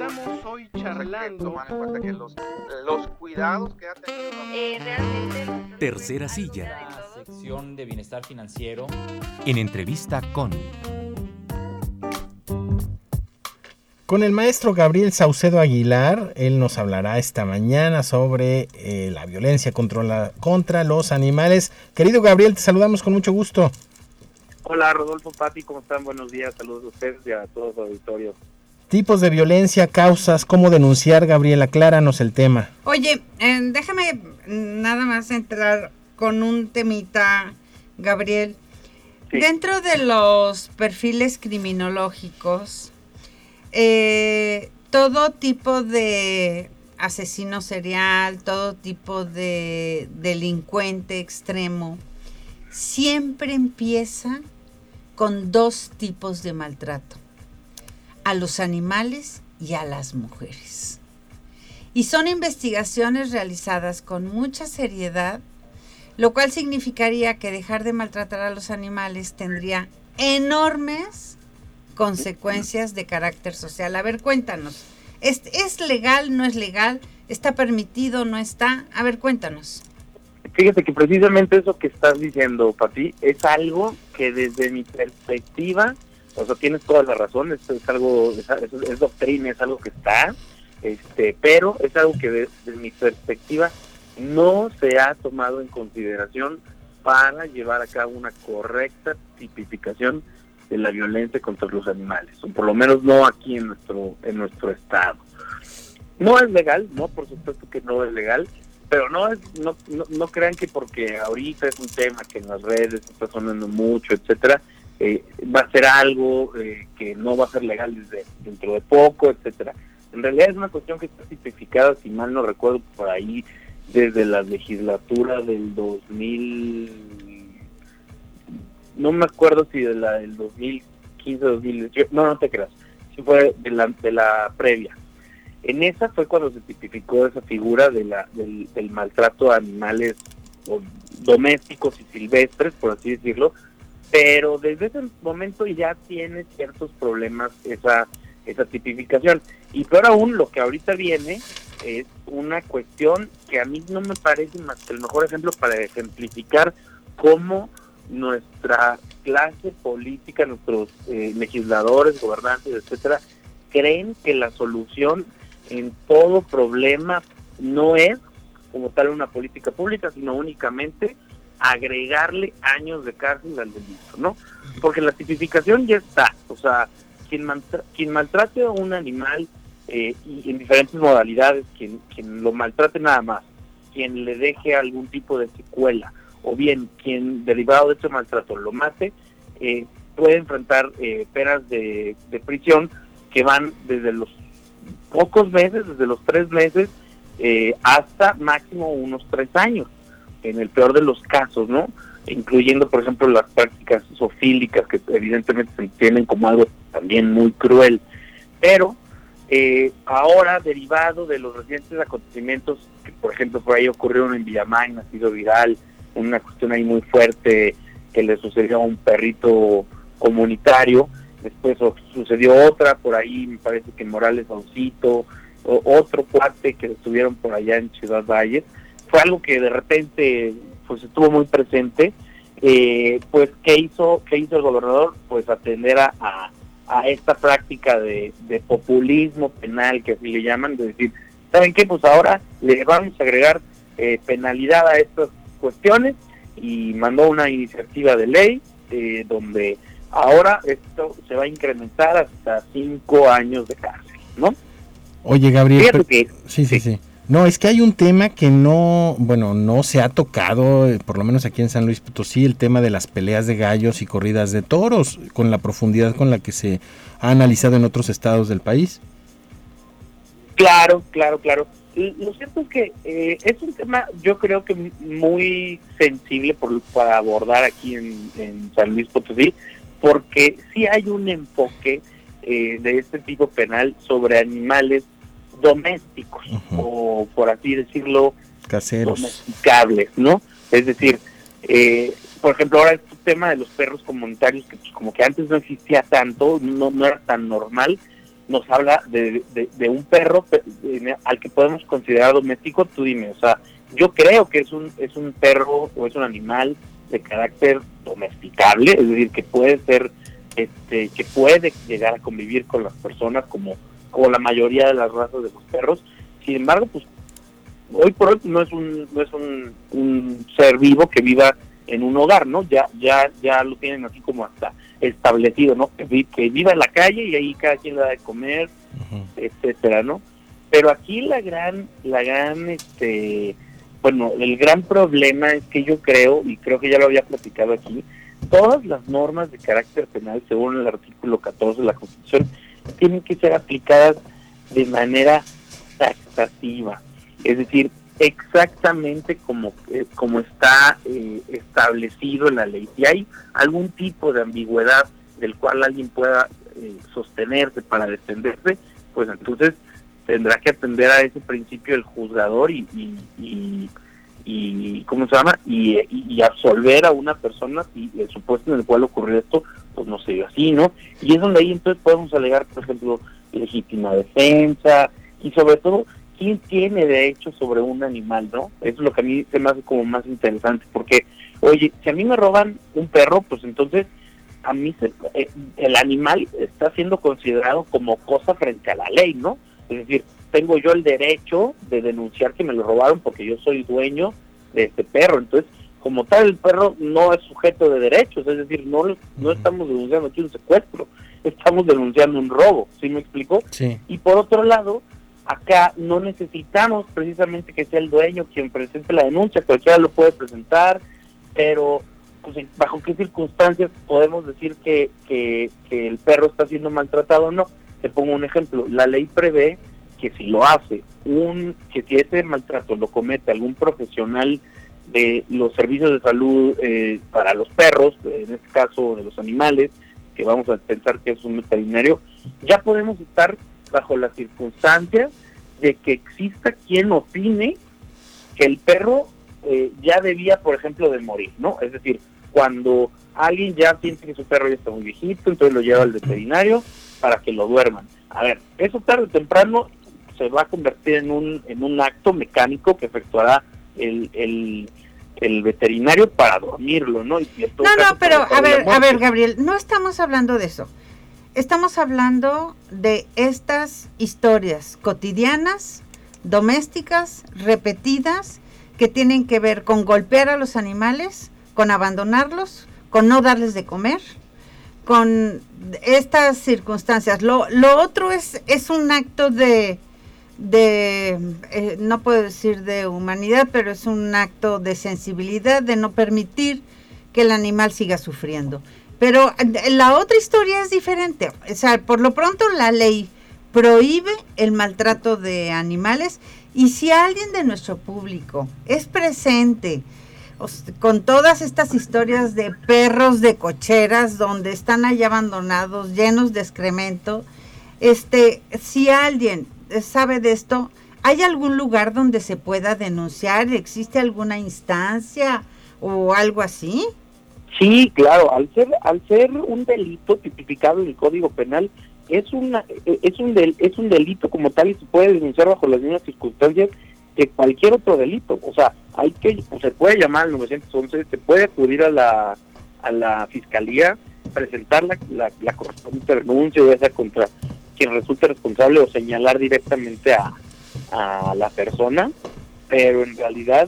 Estamos hoy charlando. Tomando en cuenta que los cuidados que ha tenido realmente Tercera silla. La sección de bienestar financiero. En entrevista con el maestro Gabriel Saucedo Aguilar. Él nos hablará esta mañana sobre la violencia contra los animales. Querido Gabriel, te saludamos con mucho gusto. Hola Rodolfo, Pati, ¿cómo están? Buenos días, saludos a ustedes y a todo su auditorio. Tipos de violencia, causas, cómo denunciar, Gabriel, acláranos el tema. Oye, déjame nada más entrar con un temita, Gabriel. Sí. Dentro de los perfiles criminológicos, todo tipo de asesino serial, todo tipo de delincuente extremo, siempre empieza con dos tipos de maltrato: a los animales y a las mujeres. Y son investigaciones realizadas con mucha seriedad, lo cual significaría que dejar de maltratar a los animales tendría enormes consecuencias de carácter social. A ver, cuéntanos, ¿es legal, no es legal? ¿Está permitido, no está? A ver, cuéntanos. Fíjate que precisamente eso que estás diciendo, Pati, es algo que desde mi perspectiva, o sea, tienes toda la razón, es algo, es doctrina, es algo que está, pero es algo que desde mi perspectiva no se ha tomado en consideración para llevar a cabo una correcta tipificación de la violencia contra los animales, o por lo menos no aquí en nuestro estado. No es legal, no, por supuesto que no es legal, pero no crean que porque ahorita es un tema que en las redes está sonando mucho, etcétera, va a ser algo que no va a ser legal dentro de poco, etcétera. En realidad es una cuestión que está tipificada, si mal no recuerdo, por ahí desde la legislatura del 2000, no me acuerdo si de la del 2015, 2018, no te creas, si fue de la previa. En esa fue cuando se tipificó esa figura del maltrato a animales domésticos y silvestres, por así decirlo, pero desde ese momento ya tiene ciertos problemas esa tipificación. Y peor aún, lo que ahorita viene es una cuestión que a mí no me parece más que el mejor ejemplo para ejemplificar cómo nuestra clase política, nuestros legisladores, gobernantes, etcétera, creen que la solución en todo problema no es como tal una política pública, sino únicamente agregarle años de cárcel al delito, ¿no? Porque la tipificación ya está, o sea, quien maltrate a un animal y en diferentes modalidades, quien lo maltrate nada más, quien le deje algún tipo de secuela, o bien quien derivado de ese maltrato lo mate, puede enfrentar penas de prisión que van desde los pocos meses, desde los 3 meses, hasta máximo unos 3 años, en el peor de los casos, ¿no? Incluyendo, por ejemplo, las prácticas zoofílicas, que evidentemente se entienden como algo también muy cruel. Pero ahora, derivado de los recientes acontecimientos, que por ejemplo por ahí ocurrieron en Villamagna, ha sido viral, una cuestión ahí muy fuerte que le sucedió a un perrito comunitario. Después sucedió otra por ahí, me parece que en Morales Saucito, otro cuate que estuvieron por allá en Ciudad Valles. Fue algo que de repente pues estuvo muy presente. Pues ¿qué hizo el gobernador? Pues atender a esta práctica de populismo penal, que así le llaman, de decir, ¿saben qué? Pues ahora le vamos a agregar penalidad a estas cuestiones, y mandó una iniciativa de ley donde ahora esto se va a incrementar hasta 5 años de cárcel, ¿no? Oye, Gabriel, Fíjate que, sí. No, es que hay un tema que no se ha tocado, por lo menos aquí en San Luis Potosí, el tema de las peleas de gallos y corridas de toros, con la profundidad con la que se ha analizado en otros estados del país. Claro. Lo cierto es que es un tema, yo creo que muy sensible para abordar aquí en San Luis Potosí, porque sí hay un enfoque de este tipo penal sobre animales domésticos, o por así decirlo, caseros, domesticables, ¿no? Es decir, por ejemplo, ahora este tema de los perros comunitarios, que como que antes no existía tanto, no era tan normal, nos habla de un perro al que podemos considerar doméstico. Tú dime, o sea, yo creo que es un perro o es un animal de carácter domesticable, es decir, que puede ser, que puede llegar a convivir con las personas como la mayoría de las razas de los perros. Sin embargo, pues hoy por hoy no es un ser vivo que viva en un hogar, ¿no? Ya lo tienen así como hasta establecido, ¿no? Que viva en la calle y ahí cada quien le da de comer, etcétera, ¿no? Pero aquí el gran problema es que yo creo, y creo que ya lo había platicado aquí, todas las normas de carácter penal, según el artículo 14 de la Constitución, tienen que ser aplicadas de manera taxativa, es decir, exactamente como está establecido en la ley. Si hay algún tipo de ambigüedad del cual alguien pueda sostenerse para defenderse, pues entonces tendrá que atender a ese principio del juzgador y ¿cómo se llama? Y absolver a una persona si el supuesto en el cual ocurrió esto pues no se dio así, ¿no? Y es donde ahí entonces podemos alegar, por ejemplo, legítima defensa y sobre todo quién tiene derecho sobre un animal, ¿no? Eso es lo que a mí se me hace como más interesante, porque, oye, si a mí me roban un perro, pues entonces a mí el animal está siendo considerado como cosa frente a la ley, ¿no? Es decir, tengo yo el derecho de denunciar que me lo robaron porque yo soy dueño de este perro. Entonces, como tal, el perro no es sujeto de derechos, es decir, no estamos denunciando aquí un secuestro, estamos denunciando un robo, ¿sí me explico? Sí. Y por otro lado, acá no necesitamos precisamente que sea el dueño quien presente la denuncia, cualquiera lo puede presentar, pero pues, ¿bajo qué circunstancias podemos decir que el perro está siendo maltratado o no? Te pongo un ejemplo, la ley prevé que si lo hace, que si ese maltrato lo comete algún profesional de los servicios de salud para los perros, en este caso de los animales, que vamos a pensar que es un veterinario, ya podemos estar bajo las circunstancias de que exista quien opine que el perro ya debía, por ejemplo, de morir, ¿no? Es decir, cuando alguien ya siente que su perro ya está muy viejito, entonces lo lleva al veterinario para que lo duerman. A ver, eso tarde o temprano se va a convertir en un acto mecánico que efectuará el veterinario para dormirlo, ¿no? Pero a ver, Gabriel, no estamos hablando de eso. Estamos hablando de estas historias cotidianas, domésticas, repetidas, que tienen que ver con golpear a los animales, con abandonarlos, con no darles de comer, con estas circunstancias. Lo otro es un acto de no puedo decir de humanidad, pero es un acto de sensibilidad, de no permitir que el animal siga sufriendo. Pero la otra historia es diferente. O sea, por lo pronto la ley prohíbe el maltrato de animales, y si alguien de nuestro público es presente con todas estas historias de perros de cocheras donde están allá abandonados, llenos de excremento, si alguien sabe de esto, ¿hay algún lugar donde se pueda denunciar? ¿Existe alguna instancia o algo así? Sí, claro, al ser un delito tipificado en el Código Penal, es un delito como tal y se puede denunciar bajo las mismas circunstancias que cualquier otro delito. O sea, se puede llamar al 911, se puede acudir a la fiscalía, presentar la correspondiente denuncia, ya sea contra quien resulte responsable o señalar directamente a la persona, pero en realidad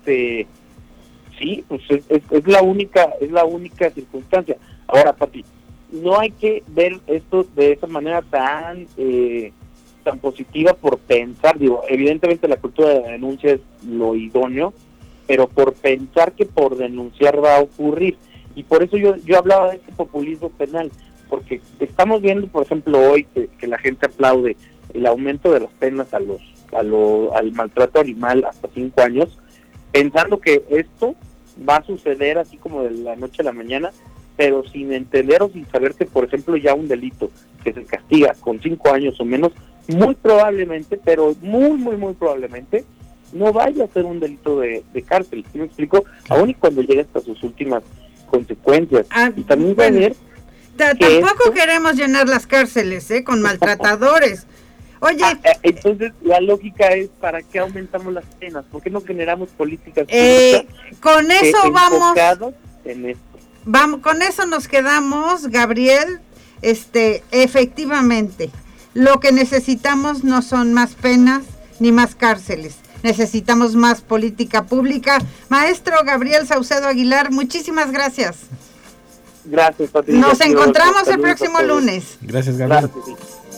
sí, pues es la única circunstancia. Ahora, Pati, no hay que ver esto de esa manera tan positiva por pensar, evidentemente la cultura de la denuncia es lo idóneo, pero por pensar que por denunciar va a ocurrir. Y por eso yo hablaba de este populismo penal, porque estamos viendo, por ejemplo, hoy que la gente aplaude el aumento de las penas al maltrato animal hasta 5 años, pensando que esto va a suceder así como de la noche a la mañana, pero sin entender o sin saber que, por ejemplo, ya un delito que se castiga con 5 años o menos, muy probablemente, pero muy, muy, muy probablemente, no vaya a ser un delito de cárcel. ¿Sí me explico? Aún y cuando llegue hasta sus últimas consecuencias. Y también va a ver Tampoco queremos llenar las cárceles, con maltratadores. Oye, entonces la lógica es, ¿para qué aumentamos las penas? ¿Por qué no generamos políticas con eso enfocadas en esto? Vamos, con eso nos quedamos, Gabriel. Efectivamente, lo que necesitamos no son más penas ni más cárceles. Necesitamos más política pública. Maestro Gabriel Saucedo Aguilar, muchísimas gracias. Gracias, Patricia. Nos encontramos el próximo lunes. Gracias, Gabriel. Claro que sí.